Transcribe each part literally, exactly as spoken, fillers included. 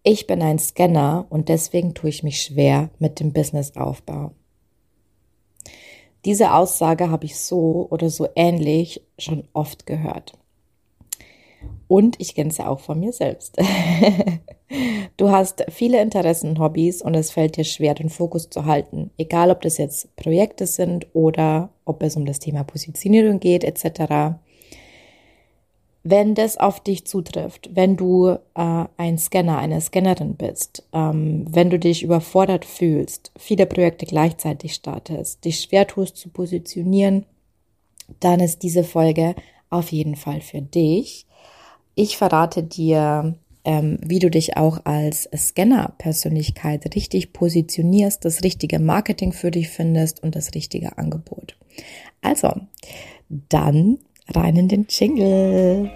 Ich bin ein Scanner und deswegen tue ich mich schwer mit dem Businessaufbau. Diese Aussage habe ich so oder so ähnlich schon oft gehört. Und ich kenne es ja auch von mir selbst. Du hast viele Interessen und Hobbys und es fällt dir schwer, den Fokus zu halten. Egal, ob das jetzt Projekte sind oder ob es um das Thema Positionierung geht et cetera. Wenn das auf dich zutrifft, wenn du äh, ein Scanner, eine Scannerin bist, ähm, wenn du dich überfordert fühlst, viele Projekte gleichzeitig startest, dich schwer tust zu positionieren, dann ist diese Folge auf jeden Fall für dich. Ich verrate dir, ähm, wie du dich auch als Scanner-Persönlichkeit richtig positionierst, das richtige Marketing für dich findest und das richtige Angebot. Also, dann rein in den Jingle.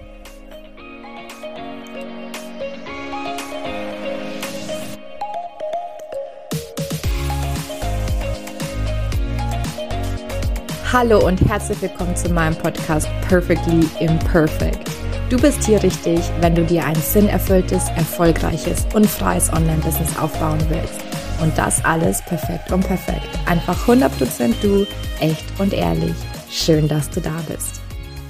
Hallo und herzlich willkommen zu meinem Podcast Perfectly Imperfect. Du bist hier richtig, wenn du dir ein sinnerfülltes, erfolgreiches und freies Online-Business aufbauen willst. Und das alles perfekt und perfekt. Einfach hundert Prozent du, echt und ehrlich. Schön, dass du da bist.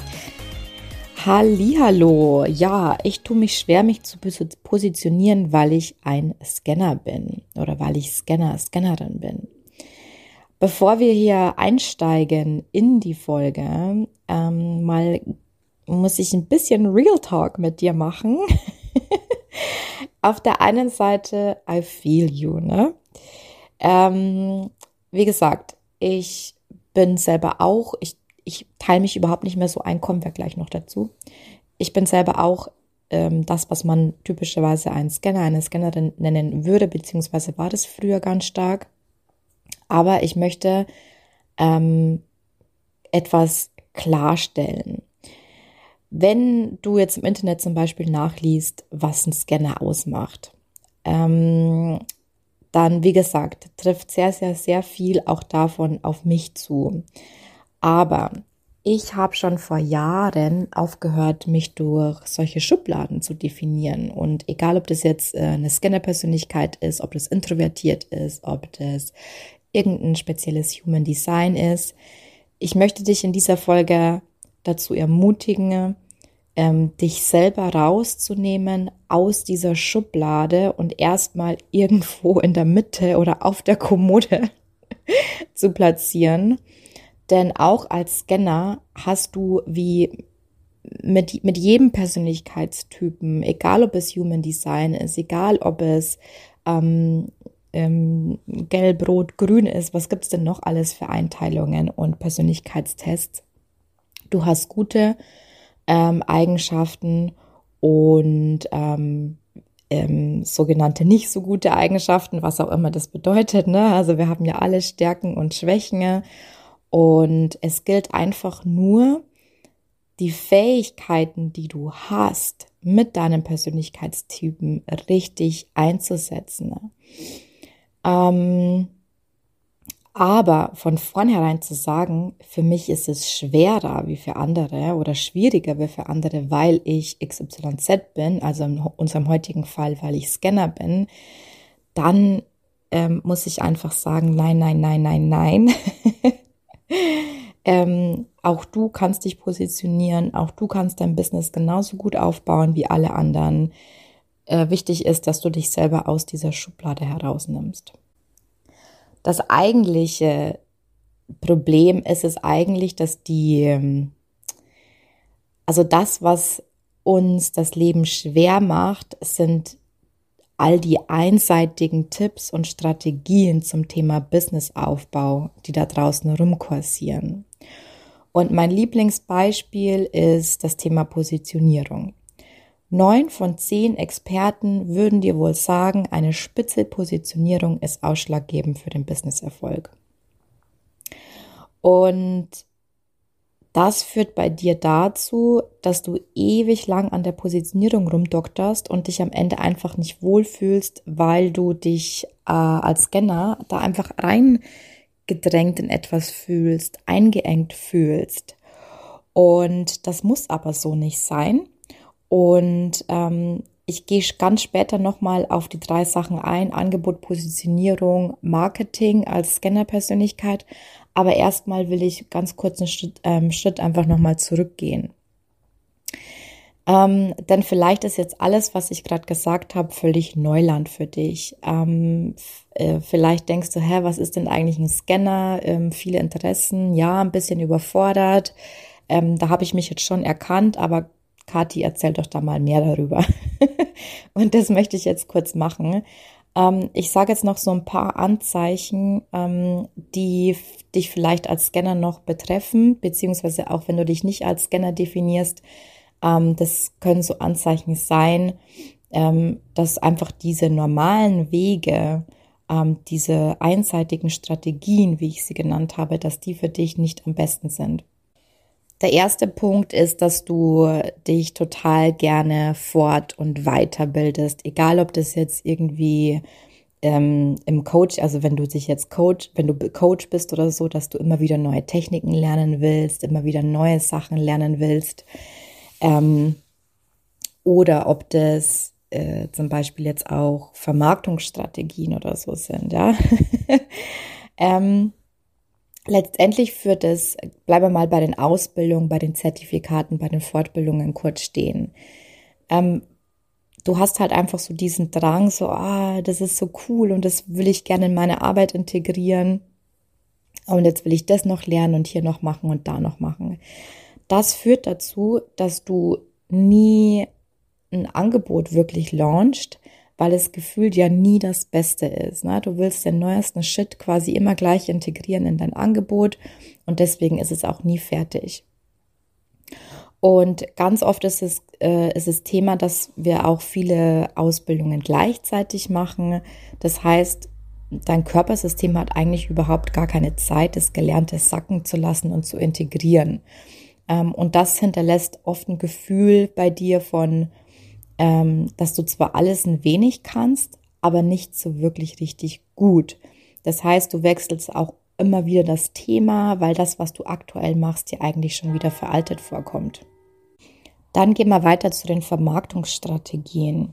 Hallihallo. Ja, ich tue mich schwer, mich zu positionieren, weil ich ein Scanner bin oder weil ich Scanner, Scannerin bin. Bevor wir hier einsteigen in die Folge, ähm, mal muss ich ein bisschen Real Talk mit dir machen. Auf der einen Seite, I feel you, ne? Ähm, wie gesagt, ich bin selber auch, ich, ich teile mich überhaupt nicht mehr so ein, kommen wir gleich noch dazu. Ich bin selber auch ähm, das, was man typischerweise einen Scanner, eine Scannerin nennen würde, beziehungsweise war das früher ganz stark. Aber ich möchte ähm, etwas klarstellen. Wenn du jetzt im Internet zum Beispiel nachliest, was ein Scanner ausmacht, ähm, dann, wie gesagt, trifft sehr, sehr, sehr viel auch davon auf mich zu. Aber ich habe schon vor Jahren aufgehört, mich durch solche Schubladen zu definieren. Und egal, ob das jetzt äh, eine Scanner-Persönlichkeit ist, ob das introvertiert ist, ob das irgendein spezielles Human Design ist. Ich möchte dich in dieser Folge dazu ermutigen, ähm, dich selber rauszunehmen aus dieser Schublade und erstmal irgendwo in der Mitte oder auf der Kommode zu platzieren. Denn auch als Scanner hast du wie mit, mit jedem Persönlichkeitstypen, egal ob es Human Design ist, egal ob es ähm, ähm, gelb, rot, grün ist, was gibt es denn noch alles für Einteilungen und Persönlichkeitstests? Du hast gute ähm, Eigenschaften und ähm, ähm, sogenannte nicht so gute Eigenschaften, was auch immer das bedeutet, ne? Also wir haben ja alle Stärken und Schwächen und es gilt einfach nur, die Fähigkeiten, die du hast, mit deinem Persönlichkeitstypen richtig einzusetzen. Ähm, aber von vornherein zu sagen, für mich ist es schwerer wie für andere oder schwieriger wie für andere, weil ich X Y Z bin, also in unserem heutigen Fall, weil ich Scanner bin, dann ähm, muss ich einfach sagen, nein, nein, nein, nein, nein. ähm, auch du kannst dich positionieren, auch du kannst dein Business genauso gut aufbauen wie alle anderen. Äh, wichtig ist, dass du dich selber aus dieser Schublade herausnimmst. Das eigentliche Problem ist es eigentlich, dass die, also das, was uns das Leben schwer macht, sind all die einseitigen Tipps und Strategien zum Thema Businessaufbau, die da draußen rumkursieren. Und mein Lieblingsbeispiel ist das Thema Positionierung. Neun von zehn Experten würden dir wohl sagen, eine spitze Positionierung ist ausschlaggebend für den Businesserfolg. Und das führt bei dir dazu, dass du ewig lang an der Positionierung rumdokterst und dich am Ende einfach nicht wohlfühlst, weil du dich äh, als Scanner da einfach reingedrängt in etwas fühlst, eingeengt fühlst. Und das muss aber so nicht sein. Und ähm, ich gehe ganz später nochmal auf die drei Sachen ein: Angebot, Positionierung, Marketing als Scanner-Persönlichkeit. Aber erstmal will ich ganz kurz einen Schritt, ähm, Schritt einfach nochmal zurückgehen. Ähm, denn vielleicht ist jetzt alles, was ich gerade gesagt habe, völlig Neuland für dich. Ähm, f- äh, vielleicht denkst du, hä, was ist denn eigentlich ein Scanner? Ähm, viele Interessen, ja, ein bisschen überfordert. Ähm, da habe ich mich jetzt schon erkannt, aber Kathi, erzähl doch da mal mehr darüber. Und das möchte ich jetzt kurz machen. Ähm, ich sage jetzt noch so ein paar Anzeichen, ähm, die f- dich vielleicht als Scanner noch betreffen, beziehungsweise auch wenn du dich nicht als Scanner definierst. Ähm, das können so Anzeichen sein, ähm, dass einfach diese normalen Wege, ähm, diese einseitigen Strategien, wie ich sie genannt habe, dass die für dich nicht am besten sind. Der erste Punkt ist, dass du dich total gerne fort- und weiterbildest, egal ob das jetzt irgendwie ähm, im Coach, also wenn du dich jetzt Coach, wenn du Coach bist oder so, dass du immer wieder neue Techniken lernen willst, immer wieder neue Sachen lernen willst, ähm, oder ob das äh, zum Beispiel jetzt auch Vermarktungsstrategien oder so sind, ja. ähm, Letztendlich führt es, bleiben wir mal bei den Ausbildungen, bei den Zertifikaten, bei den Fortbildungen kurz stehen. Ähm, Du hast halt einfach so diesen Drang, so, ah, das ist so cool und das will ich gerne in meine Arbeit integrieren. Und jetzt will ich das noch lernen und hier noch machen und da noch machen. Das führt dazu, dass du nie ein Angebot wirklich launcht, weil es gefühlt ja nie das Beste ist. Ne? Du willst den neuesten Shit quasi immer gleich integrieren in dein Angebot und deswegen ist es auch nie fertig. Und ganz oft ist es, äh, ist es Thema, dass wir auch viele Ausbildungen gleichzeitig machen. Das heißt, dein Körpersystem hat eigentlich überhaupt gar keine Zeit, das Gelernte sacken zu lassen und zu integrieren. Ähm, und das hinterlässt oft ein Gefühl bei dir von, ähm, dass du zwar alles ein wenig kannst, aber nicht so wirklich richtig gut. Das heißt, du wechselst auch immer wieder das Thema, weil das, was du aktuell machst, dir eigentlich schon wieder veraltet vorkommt. Dann gehen wir weiter zu den Vermarktungsstrategien.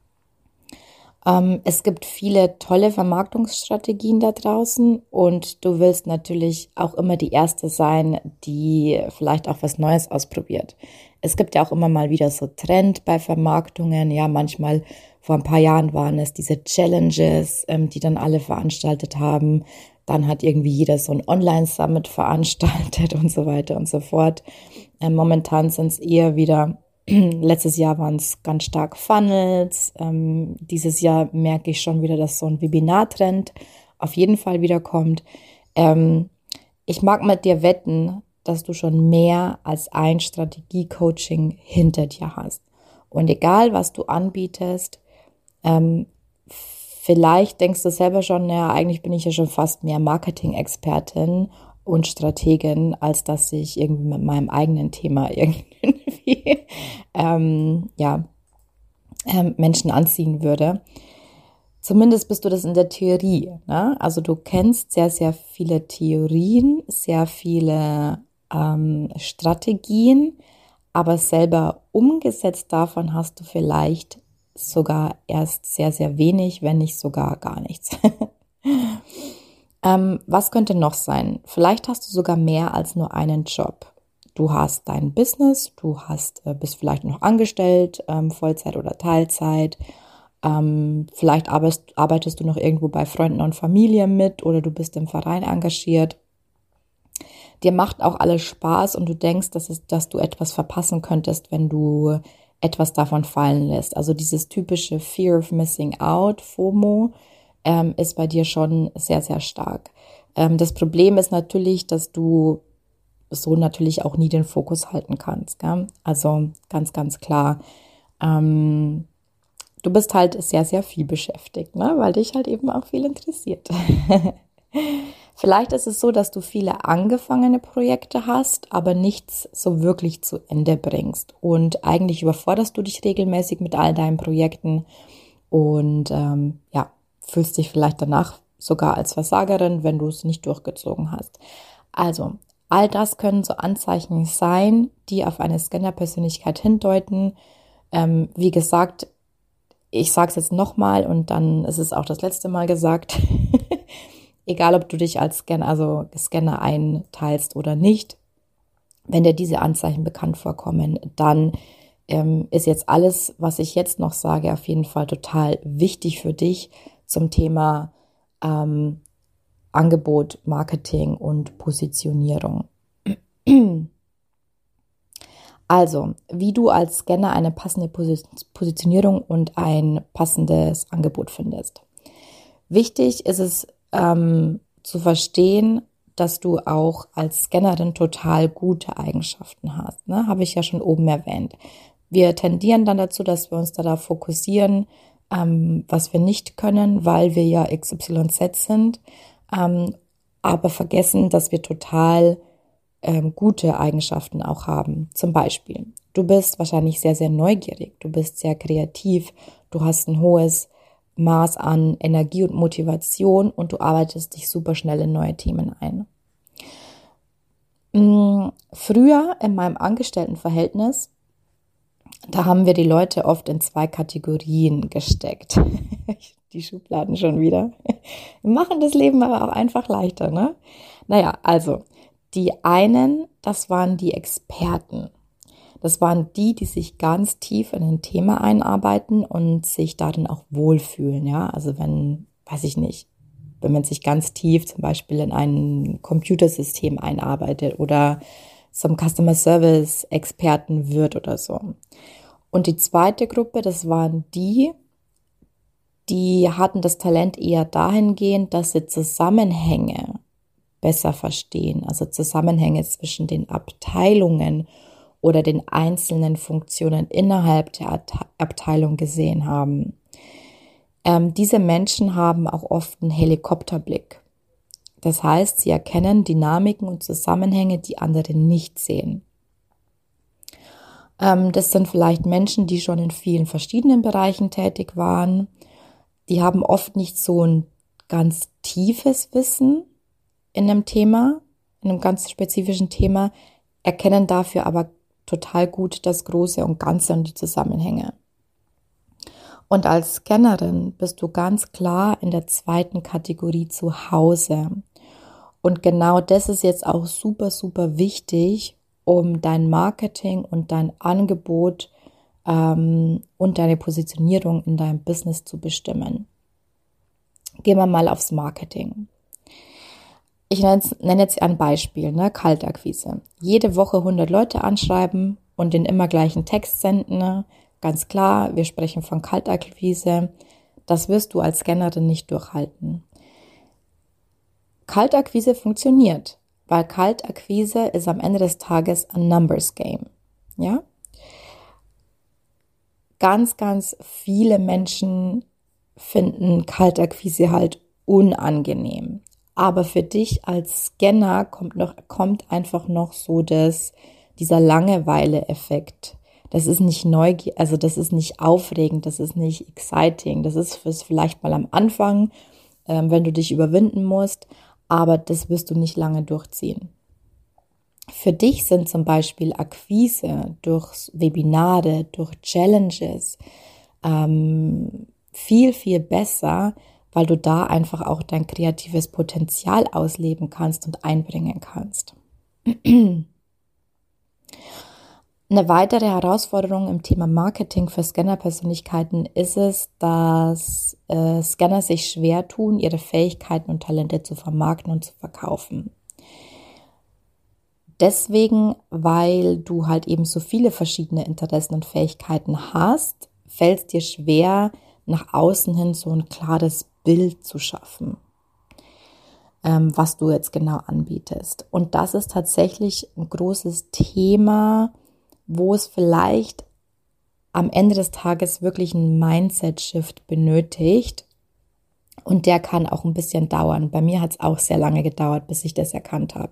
Ähm, es gibt viele tolle Vermarktungsstrategien da draußen und du willst natürlich auch immer die Erste sein, die vielleicht auch was Neues ausprobiert. Es gibt ja auch immer mal wieder so Trend bei Vermarktungen. Ja, manchmal vor ein paar Jahren waren es diese Challenges, ähm, die dann alle veranstaltet haben. Dann hat irgendwie jeder so ein Online-Summit veranstaltet und so weiter und so fort. Ähm, momentan sind es eher wieder Letztes Jahr waren es ganz stark Funnels. Ähm, dieses Jahr merke ich schon wieder, dass so ein Webinartrend auf jeden Fall wieder kommt. Ähm, ich mag mit dir wetten, dass du schon mehr als ein Strategie-Coaching hinter dir hast. Und egal, was du anbietest, ähm, vielleicht denkst du selber schon, naja, eigentlich bin ich ja schon fast mehr Marketing-Expertin und Strategin, als dass ich irgendwie mit meinem eigenen Thema irgendwie ähm, ja, ähm, Menschen anziehen würde. Zumindest bist du das in der Theorie. Ne? Also du kennst sehr, sehr viele Theorien, sehr viele ähm, Strategien, aber selber umgesetzt davon hast du vielleicht sogar erst sehr, sehr wenig, wenn nicht sogar gar nichts. ähm, was könnte noch sein? Vielleicht hast du sogar mehr als nur einen Job. Du hast dein Business, du hast, äh, bist vielleicht noch angestellt, ähm, Vollzeit oder Teilzeit. Ähm, vielleicht arbeitest, arbeitest du noch irgendwo bei Freunden und Familie mit oder du bist im Verein engagiert. Dir macht auch alles Spaß und du denkst, dass, es, dass du etwas verpassen könntest, wenn du etwas davon fallen lässt. Also dieses typische Fear of Missing Out, FOMO, ähm, ist bei dir schon sehr, sehr stark. Ähm, das Problem ist natürlich, dass du so natürlich auch nie den Fokus halten kannst. Gell? Also ganz, ganz klar. Ähm, du bist halt sehr, sehr viel beschäftigt, ne? Weil dich halt eben auch viel interessiert. Vielleicht ist es so, dass du viele angefangene Projekte hast, aber nichts so wirklich zu Ende bringst. Und eigentlich überforderst du dich regelmäßig mit all deinen Projekten und ähm, ja, fühlst dich vielleicht danach sogar als Versagerin, wenn du es nicht durchgezogen hast. Also, all das können so Anzeichen sein, die auf eine Scanner-Persönlichkeit hindeuten. Ähm, wie gesagt, ich sage es jetzt nochmal und dann ist es auch das letzte Mal gesagt. Egal, ob du dich als Scanner, also Scanner einteilst oder nicht, wenn dir diese Anzeichen bekannt vorkommen, dann ähm, ist jetzt alles, was ich jetzt noch sage, auf jeden Fall total wichtig für dich zum Thema ähm, Angebot, Marketing und Positionierung. Also, wie du als Scanner eine passende Positionierung und ein passendes Angebot findest. Wichtig ist es ähm, zu verstehen, dass du auch als Scannerin total gute Eigenschaften hast. Ne? Habe ich ja schon oben erwähnt. Wir tendieren dann dazu, dass wir uns darauf fokussieren, ähm, was wir nicht können, weil wir ja X Y Z sind, ähm, aber vergessen, dass wir total ähm, gute Eigenschaften auch haben. Zum Beispiel, du bist wahrscheinlich sehr, sehr neugierig, du bist sehr kreativ, du hast ein hohes Maß an Energie und Motivation und du arbeitest dich super schnell in neue Themen ein. Früher in meinem Angestelltenverhältnis, da haben wir die Leute oft in zwei Kategorien gesteckt. Die Schubladen schon wieder. Wir machen das Leben aber auch einfach leichter, ne? Naja, also die einen, das waren die Experten. Das waren die, die sich ganz tief in ein Thema einarbeiten und sich darin auch wohlfühlen, ja. Also wenn, weiß ich nicht, wenn man sich ganz tief zum Beispiel in ein Computersystem einarbeitet oder zum Customer Service Experten wird oder so. Und die zweite Gruppe, das waren die, die hatten das Talent eher dahingehend, dass sie Zusammenhänge besser verstehen, also Zusammenhänge zwischen den Abteilungen oder den einzelnen Funktionen innerhalb der Abteilung gesehen haben. Ähm, diese Menschen haben auch oft einen Helikopterblick. Das heißt, sie erkennen Dynamiken und Zusammenhänge, die andere nicht sehen. Ähm, das sind vielleicht Menschen, die schon in vielen verschiedenen Bereichen tätig waren. Die haben oft nicht so ein ganz tiefes Wissen in einem Thema, in einem ganz spezifischen Thema, erkennen dafür aber total gut das Große und Ganze und die Zusammenhänge. Und als Scannerin bist du ganz klar in der zweiten Kategorie zu Hause. Und genau das ist jetzt auch super, super wichtig, um dein Marketing und dein Angebot ähm, und deine Positionierung in deinem Business zu bestimmen. Gehen wir mal aufs Marketing. Ich nenne jetzt ein Beispiel, ne? Kaltakquise. Jede Woche hundert Leute anschreiben und den immer gleichen Text senden. Ne? Ganz klar, wir sprechen von Kaltakquise. Das wirst du als Scannerin nicht durchhalten. Kaltakquise funktioniert, weil Kaltakquise ist am Ende des Tages ein Numbers Game. Ja? Ganz, ganz viele Menschen finden Kaltakquise halt unangenehm. Aber für dich als Scanner kommt noch, kommt einfach noch so das, dieser Langeweile-Effekt. Das ist nicht Neugier, also das ist nicht aufregend, das ist nicht exciting. Das ist fürs vielleicht mal am Anfang, ähm, wenn du dich überwinden musst, aber das wirst du nicht lange durchziehen. Für dich sind zum Beispiel Akquise durch Webinare, durch Challenges ähm, viel, viel besser, weil du da einfach auch dein kreatives Potenzial ausleben kannst und einbringen kannst. Eine weitere Herausforderung im Thema Marketing für Scanner-Persönlichkeiten ist es, dass äh, Scanner sich schwer tun, ihre Fähigkeiten und Talente zu vermarkten und zu verkaufen. Deswegen, weil du halt eben so viele verschiedene Interessen und Fähigkeiten hast, fällt es dir schwer, nach außen hin so ein klares Bild zu schaffen, ähm, was du jetzt genau anbietest. Und das ist tatsächlich ein großes Thema, wo es vielleicht am Ende des Tages wirklich einen Mindset-Shift benötigt. Und der kann auch ein bisschen dauern. Bei mir hat es auch sehr lange gedauert, bis ich das erkannt habe.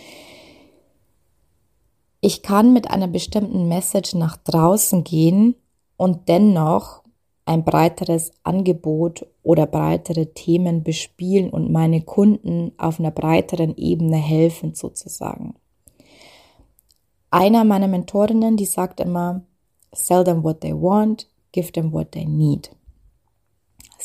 Ich kann mit einer bestimmten Message nach draußen gehen und dennoch ein breiteres Angebot oder breitere Themen bespielen und meine Kunden auf einer breiteren Ebene helfen sozusagen. Einer meiner Mentorinnen, die sagt immer, sell them what they want, give them what they need.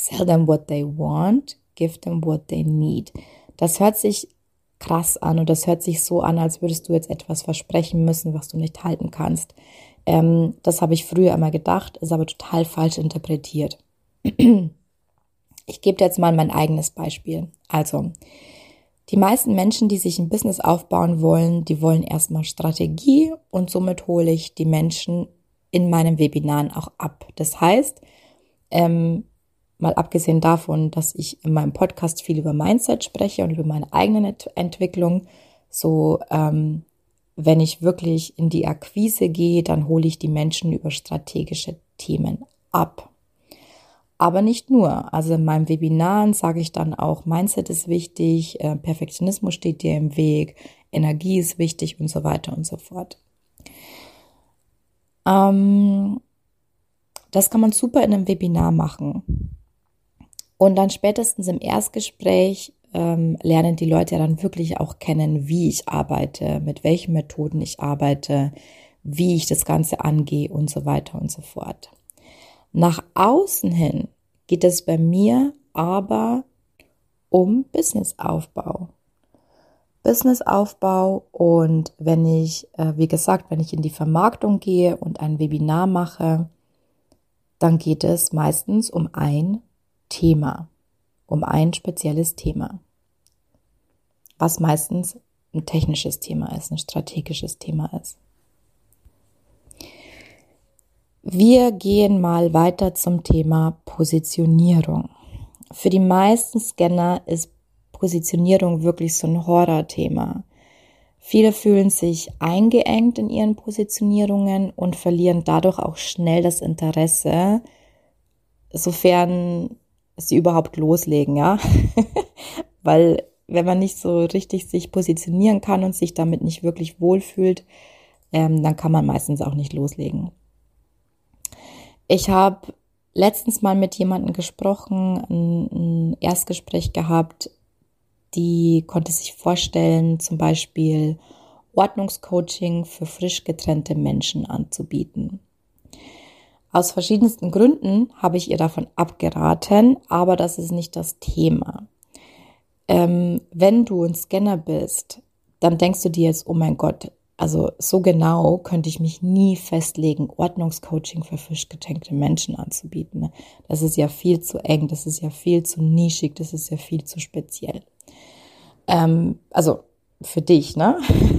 Sell them what they want, give them what they need. Das hört sich krass an und das hört sich so an, als würdest du jetzt etwas versprechen müssen, was du nicht halten kannst. Ähm, das habe ich früher immer gedacht, ist aber total falsch interpretiert. Ich gebe dir jetzt mal mein eigenes Beispiel. Also, die meisten Menschen, die sich ein Business aufbauen wollen, die wollen erstmal Strategie und somit hole ich die Menschen in meinen Webinaren auch ab. Das heißt, ähm, mal abgesehen davon, dass ich in meinem Podcast viel über Mindset spreche und über meine eigene Ent- Entwicklung, so ähm, wenn ich wirklich in die Akquise gehe, dann hole ich die Menschen über strategische Themen ab. Aber nicht nur. Also in meinen Webinaren sage ich dann auch, Mindset ist wichtig, äh, Perfektionismus steht dir im Weg, Energie ist wichtig und so weiter und so fort. Ähm, das kann man super in einem Webinar machen. Und dann spätestens im Erstgespräch ähm, lernen die Leute ja dann wirklich auch kennen, wie ich arbeite, mit welchen Methoden ich arbeite, wie ich das Ganze angehe und so weiter und so fort. Nach außen hin geht es bei mir aber um Businessaufbau. Businessaufbau und wenn ich, äh, wie gesagt, wenn ich in die Vermarktung gehe und ein Webinar mache, dann geht es meistens um ein Thema, um ein spezielles Thema, was meistens ein technisches Thema ist, ein strategisches Thema ist. Wir gehen mal weiter zum Thema Positionierung. Für die meisten Scanner ist Positionierung wirklich so ein Horrorthema. Viele fühlen sich eingeengt in ihren Positionierungen und verlieren dadurch auch schnell das Interesse, sofern sie überhaupt loslegen, ja. Weil wenn man nicht so richtig sich positionieren kann und sich damit nicht wirklich wohlfühlt, ähm, dann kann man meistens auch nicht loslegen. Ich habe letztens mal mit jemandem gesprochen, ein, ein Erstgespräch gehabt, die konnte sich vorstellen, zum Beispiel Ordnungscoaching für frisch getrennte Menschen anzubieten. Aus verschiedensten Gründen habe ich ihr davon abgeraten, aber das ist nicht das Thema. Ähm, wenn du ein Scanner bist, dann denkst du dir jetzt, oh mein Gott, also so genau könnte ich mich nie festlegen, Ordnungscoaching für frisch getränkte Menschen anzubieten. Das ist ja viel zu eng, das ist ja viel zu nischig, das ist ja viel zu speziell. Ähm, also für dich, ne?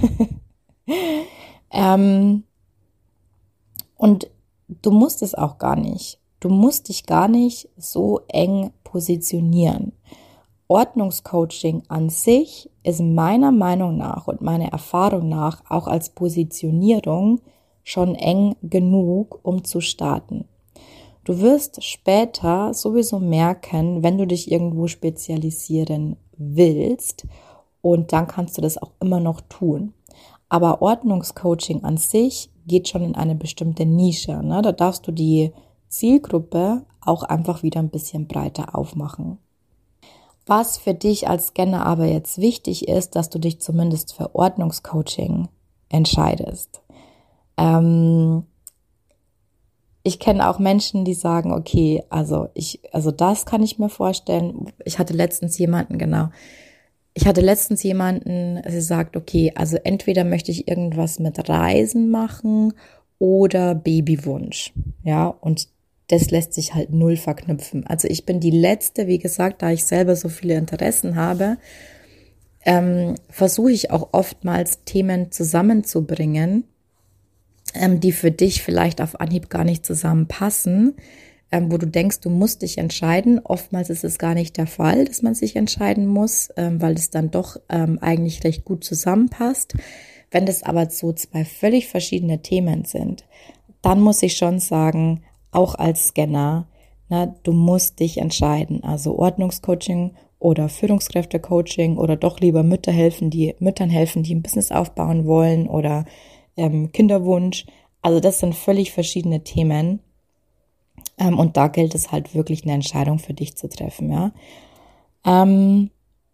ähm, und du musst es auch gar nicht. Du musst dich gar nicht so eng positionieren. Ordnungscoaching an sich ist meiner Meinung nach und meiner Erfahrung nach auch als Positionierung schon eng genug, um zu starten. Du wirst später sowieso merken, wenn du dich irgendwo spezialisieren willst, und dann kannst du das auch immer noch tun. Aber Ordnungscoaching an sich geht schon in eine bestimmte Nische, ne? Da darfst du die Zielgruppe auch einfach wieder ein bisschen breiter aufmachen. Was für dich als Scanner aber jetzt wichtig ist, dass du dich zumindest für Ordnungscoaching entscheidest. Ähm, ich kenne auch Menschen, die sagen, okay, also ich, also das kann ich mir vorstellen. Ich hatte letztens jemanden, genau, ich hatte letztens jemanden, sie sagt, okay, also entweder möchte ich irgendwas mit Reisen machen oder Babywunsch, ja, und das lässt sich halt null verknüpfen. Also ich bin die Letzte, wie gesagt, da ich selber so viele Interessen habe, ähm, versuche ich auch oftmals Themen zusammenzubringen, ähm, die für dich vielleicht auf Anhieb gar nicht zusammenpassen, ähm, wo du denkst, du musst dich entscheiden. Oftmals ist es gar nicht der Fall, dass man sich entscheiden muss, ähm, weil es dann doch ähm, eigentlich recht gut zusammenpasst. Wenn das aber so zwei völlig verschiedene Themen sind, dann muss ich schon sagen, auch als Scanner, na, du musst dich entscheiden. Also Ordnungscoaching oder Führungskräftecoaching oder doch lieber Mütter helfen, die Müttern helfen, die ein Business aufbauen wollen oder ähm, Kinderwunsch. Also das sind völlig verschiedene Themen. Ähm, und da gilt es halt wirklich eine Entscheidung für dich zu treffen, ja. Ähm,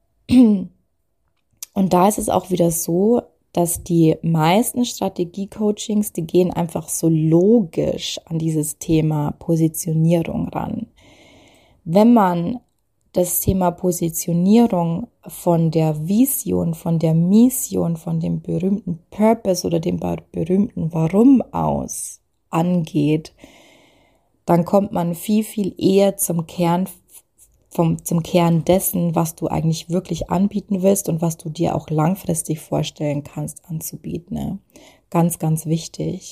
und da ist es auch wieder so, dass die meisten Strategie-Coachings, die gehen einfach so logisch an dieses Thema Positionierung ran. Wenn man das Thema Positionierung von der Vision, von der Mission, von dem berühmten Purpose oder dem berühmten Warum aus angeht, dann kommt man viel, viel eher zum Kern, vom, zum Kern dessen, was du eigentlich wirklich anbieten willst und was du dir auch langfristig vorstellen kannst anzubieten. Ne? Ganz, ganz wichtig.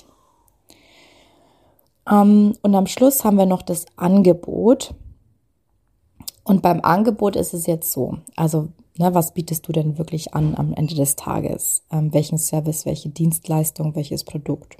Um, und am Schluss haben wir noch das Angebot. Und beim Angebot ist es jetzt so, also ne, was bietest du denn wirklich an am Ende des Tages? Ähm, welchen Service, welche Dienstleistung, welches Produkt?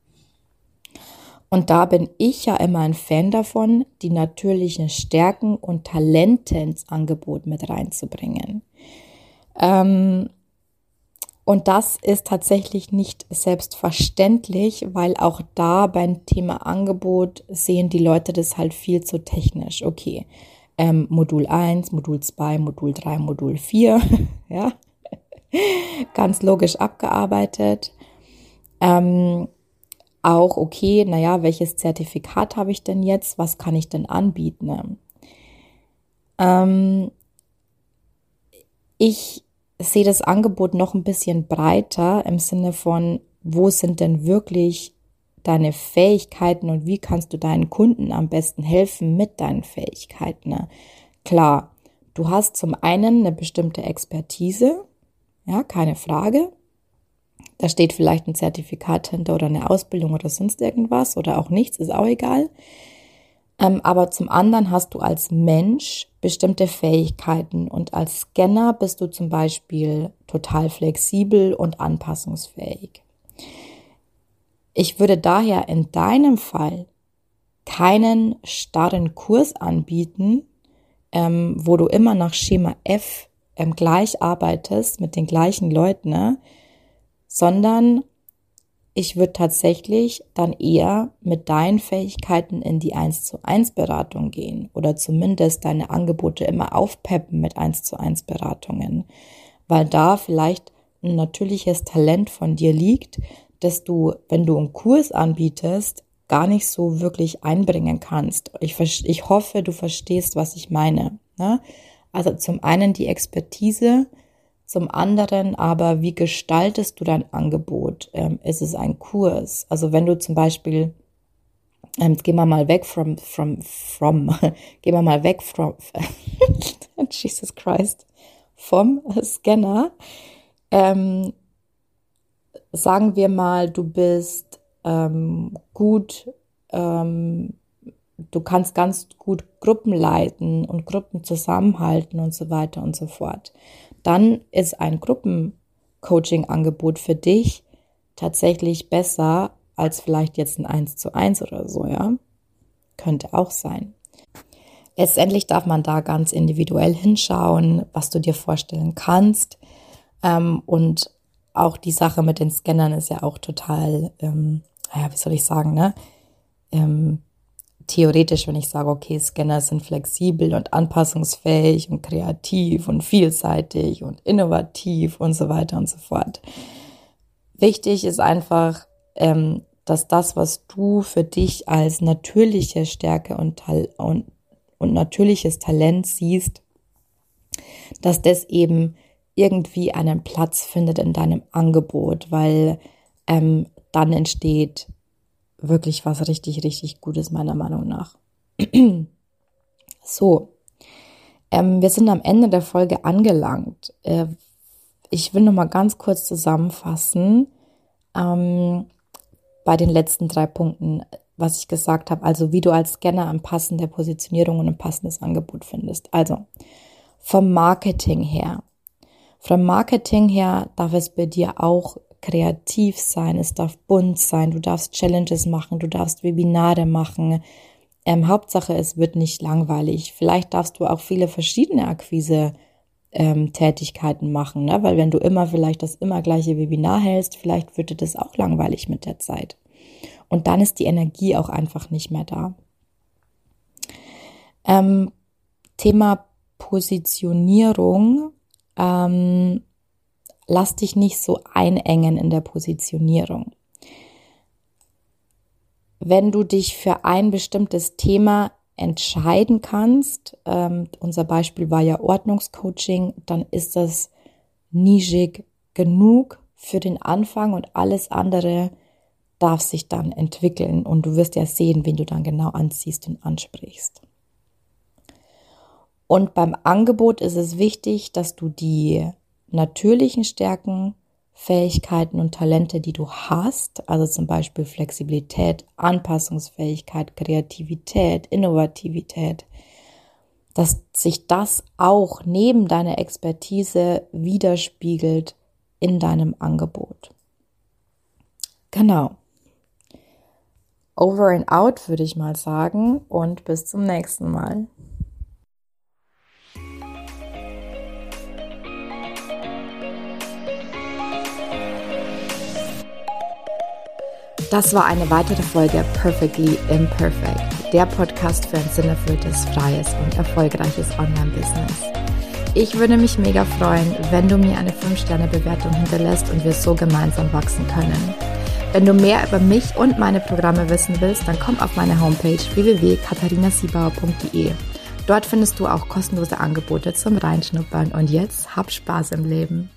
Und da bin ich ja immer ein Fan davon, die natürlichen Stärken und Talente ins Angebot mit reinzubringen. Ähm, und das ist tatsächlich nicht selbstverständlich, weil auch da beim Thema Angebot sehen die Leute das halt viel zu technisch. Okay. Ähm, Modul eins, Modul zwei, Modul drei, Modul vier, ja, ganz logisch abgearbeitet. Ähm, auch, okay, naja, welches Zertifikat habe ich denn jetzt? Was kann ich denn anbieten? Ähm, ich sehe das Angebot noch ein bisschen breiter im Sinne von, wo sind denn wirklich deine Fähigkeiten und wie kannst du deinen Kunden am besten helfen mit deinen Fähigkeiten. Ne? Klar, du hast zum einen eine bestimmte Expertise, ja, keine Frage. Da steht vielleicht ein Zertifikat hinter oder eine Ausbildung oder sonst irgendwas oder auch nichts, ist auch egal. Ähm, aber zum anderen hast du als Mensch bestimmte Fähigkeiten und als Scanner bist du zum Beispiel total flexibel und anpassungsfähig. Ich würde daher in deinem Fall keinen starren Kurs anbieten, ähm, wo du immer nach Schema F ähm, gleich arbeitest mit den gleichen Leuten, ne? Sondern ich würde tatsächlich dann eher mit deinen Fähigkeiten in die eins zu eins Beratung gehen oder zumindest deine Angebote immer aufpeppen mit eins zu eins Beratungen, weil da vielleicht ein natürliches Talent von dir liegt, dass du, wenn du einen Kurs anbietest, gar nicht so wirklich einbringen kannst. Ich, ich hoffe, du verstehst, was ich meine. Ne? Also zum einen die Expertise, zum anderen aber, wie gestaltest du dein Angebot? Ähm, ist es ein Kurs? Also wenn du zum Beispiel, ähm, gehen wir mal weg from, from, from, gehen wir mal weg from, Jesus Christ, vom Scanner, ähm, sagen wir mal, du bist ähm, gut, ähm, du kannst ganz gut Gruppen leiten und Gruppen zusammenhalten und so weiter und so fort. Dann ist ein Gruppencoaching-Angebot für dich tatsächlich besser als vielleicht jetzt ein eins zu eins oder so, ja. Könnte auch sein. Letztendlich darf man da ganz individuell hinschauen, was du dir vorstellen kannst. Ähm, und auch die Sache mit den Scannern ist ja auch total, ähm, naja, wie soll ich sagen, ne? Ähm, theoretisch, wenn ich sage, okay, Scanner sind flexibel und anpassungsfähig und kreativ und vielseitig und innovativ und so weiter und so fort. Wichtig ist einfach, ähm, dass das, was du für dich als natürliche Stärke und, Tal- und, und natürliches Talent siehst, dass das eben irgendwie einen Platz findet in deinem Angebot, weil ähm, dann entsteht wirklich was richtig, richtig Gutes, meiner Meinung nach. So, ähm, wir sind am Ende der Folge angelangt. Äh, ich will noch mal ganz kurz zusammenfassen ähm, bei den letzten drei Punkten, was ich gesagt habe. Also wie du als Scanner eine passende Positionierung und ein passendes Angebot findest. Also vom Marketing her. Vom Marketing her darf es bei dir auch kreativ sein, es darf bunt sein, du darfst Challenges machen, du darfst Webinare machen. Ähm, Hauptsache, es wird nicht langweilig. Vielleicht darfst du auch viele verschiedene Akquise-Tätigkeiten ähm, machen, ne? Weil wenn du immer vielleicht das immer gleiche Webinar hältst, vielleicht wird dir das auch langweilig mit der Zeit. Und dann ist die Energie auch einfach nicht mehr da. Ähm, Thema Positionierung. Ähm, lass dich nicht so einengen in der Positionierung. Wenn du dich für ein bestimmtes Thema entscheiden kannst, ähm, unser Beispiel war ja Ordnungscoaching, dann ist das nischig genug für den Anfang und alles andere darf sich dann entwickeln und du wirst ja sehen, wen du dann genau anziehst und ansprichst. Und beim Angebot ist es wichtig, dass du die natürlichen Stärken, Fähigkeiten und Talente, die du hast, also zum Beispiel Flexibilität, Anpassungsfähigkeit, Kreativität, Innovativität, dass sich das auch neben deiner Expertise widerspiegelt in deinem Angebot. Genau. Over and out, würde ich mal sagen, und bis zum nächsten Mal. Das war eine weitere Folge Perfectly Imperfect, der Podcast für ein sinnerfülltes, freies und erfolgreiches Online-Business. Ich würde mich mega freuen, wenn du mir eine fünf Sterne Bewertung hinterlässt und wir so gemeinsam wachsen können. Wenn du mehr über mich und meine Programme wissen willst, dann komm auf meine Homepage w w w punkt katharina siebauer punkt de. Dort findest du auch kostenlose Angebote zum Reinschnuppern und jetzt hab Spaß im Leben.